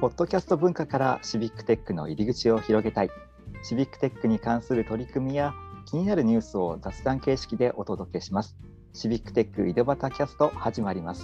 ポッドキャスト文化からシビックテックの入り口を広げたい。シビックテックに関する取り組みや気になるニュースを雑談形式でお届けします。シビックテック井戸端キャスト始まります。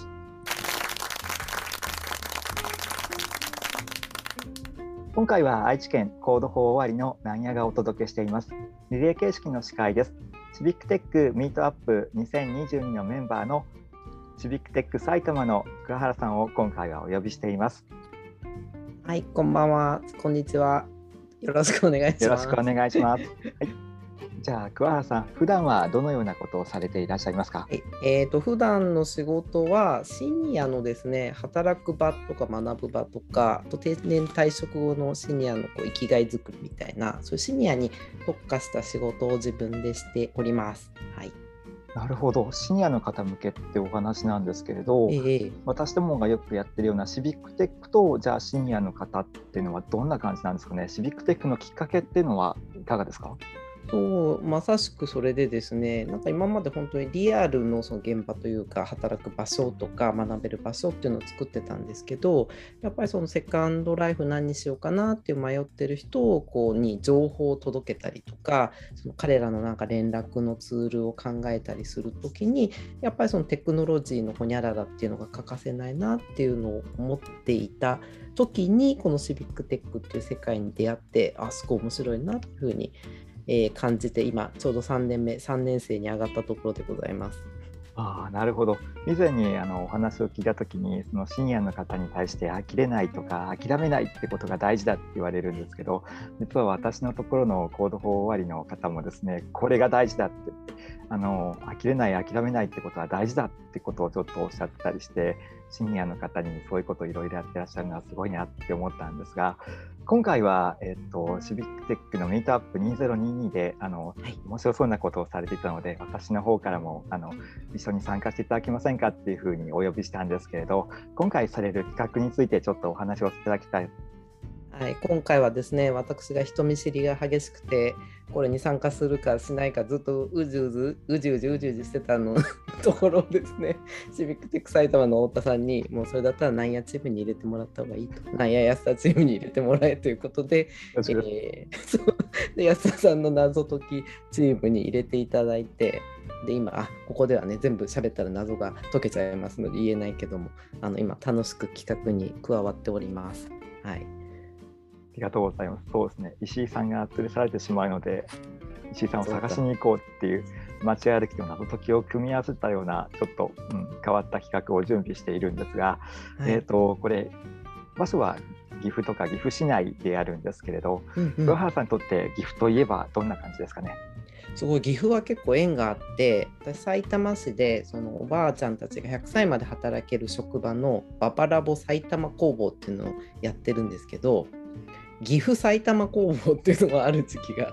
今回は愛知県コード4終わりの南谷がお届けしています。リレー形式の司会です。シビックテックミートアップ2022のメンバーのシビックテック埼玉の桑原さんを今回はお呼びしています。 はい、こんばんは、こんにちは。よろしくお願いします。 よろしくお願いします。はい、じゃあ桑原さん、普段はどのようなことをされていらっしゃいますか？ 普段の仕事はシニアのですね、働く場とか学ぶ場とか、あと定年退職後のシニアの生きがいづくりみたいな、そういうシニアに特化した仕事を自分でしております。はい。 なるほど、シニアの方向けってお話なんですけれど、私どもがよくやってるようなシビックテックとじゃあシニアの方っていうのはどんな感じなんですかね。シビックテックのきっかけっていうのはいかがですか？ そうまさしくそれでですね、なんか今まで本当にリアルのその現場というか働く場所とか学べる場所っていうのを作ってたんですけど、やっぱりそのセカンドライフ何にしようかなっていう迷ってる人をに情報を届けたりとか、その彼らのなんか連絡のツールを考えたりするときに、やっぱりそのテクノロジーのホニャララっていうのが欠かせないなっていうのを思っていた時に、このシビックテックっていう世界に出会って、すごい面白いなっていうふうに感じて、今ちょうど3年生に上がったところでございます。 なるほど。以前にお話を聞いたときに、そのシニアの方に対して呆れないとか諦めないってことが大事だって言われるんですけど、実は私のところのコード4終わりの方もですね、これが大事だって呆れない諦めないってことは大事だってことをちょっとおっしゃってたりして、シニアの方にそういうことをいろいろやってらっしゃるのはすごいなって思ったんですが、今回は、シビックテックのミートアップ2022で面白そうなことをされていたので、私の方からも一緒に参加していただけませんかっていうふうにお呼びしたんですけれど、今回される企画についてちょっとお話をいただきたい。 はい、今回はですね、私が人見知りが激しくて、これに参加するかしないかずっとうじうじしてたところですね、シビックテック埼玉の太田さんに、もうそれだったら南谷チームに入れてもらった方がいいと、南谷安田チームに入れてもらえということで、で安田さんの謎解きチームに入れていただいて、で今ここではね全部喋ったら謎が解けちゃいますので言えないけども、今楽しく企画に加わっております。はい。 ありがとうございます。そうですね、石井さんが連れ去られてしまうので、石井さんを探しに行こうっていう街歩きと謎解きを組み合わせたようなちょっと、変わった企画を準備しているんですが、はい、これ場所は岐阜とか岐阜市内であるんですけれど、桑原さんにとって岐阜といえばどんな感じですかね？ すごい岐阜は結構縁があって、私埼玉市でそのおばあちゃんたちが100歳まで働ける職場のババラボ埼玉工房っていうのをやってるんですけど、岐阜埼玉工房っていうのがある時期があって、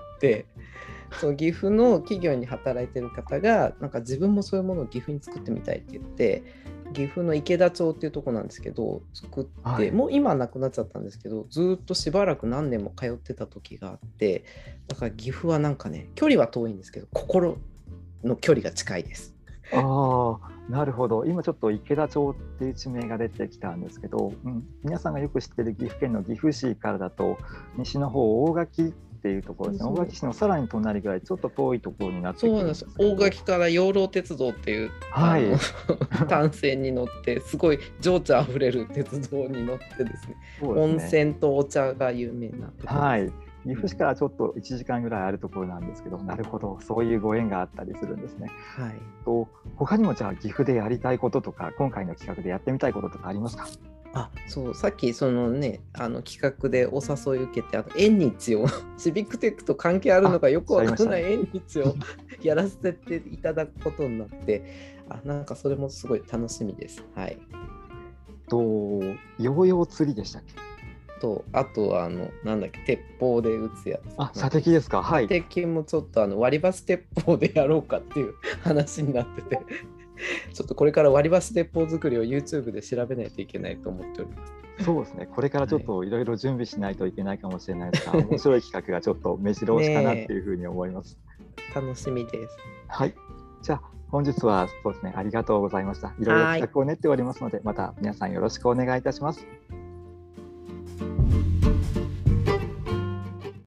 その岐阜の企業に働いてる方がなんか自分もそういうものを岐阜に作ってみたいって言って、岐阜の池田町っていうとこなんですけど作って、はい、もう今はなくなっちゃったんですけど、ずっとしばらく何年も通ってた時があって、だから岐阜はなんかね、距離は遠いんですけど心の距離が近いです。 なるほど。今ちょっと池田町っていう地名が出てきたんですけど、皆さんがよく知っている岐阜県の岐阜市からだと西の方大垣っていうところですね。大垣市のさらに隣ぐらいちょっと遠いところになってくるんですけど、 そうなんです。大垣から養老鉄道っていう、はい、単線に乗ってすごい情緒あふれる鉄道に乗ってですね、温泉とお茶が有名なところです。 はい、岐阜市からちょっと1時間ぐらいあるところなんですけど、なるほど、そういうご縁があったりするんですね。はい、他にもじゃあ岐阜でやりたいこととか、今回の企画でやってみたいこととかありますか？ そう、さっきそのね、企画でお誘い受けて、縁日をシビックテックと関係あるのかよくわからない縁日をやらせていただくことになって、なんかそれもすごい楽しみです。はい。 ヨーヨー釣りでしたっけ？ あとなんだっけ、鉄砲で撃つやつ。 射的ですか？はい。 射的もちょっと割り箸鉄砲でやろうかっていう話になっててちょっとこれから割り箸鉄砲作りを YouTube で調べないといけないと思っております。 そうですね、これからちょっといろいろ準備しないといけないかもしれないですが、面白い企画がちょっと目白押しかなっていうふうに思います。 楽しみです。 はい、じゃあ本日はそうですね、ありがとうございました。いろいろ企画を練っておりますので、また皆さんよろしくお願いいたします。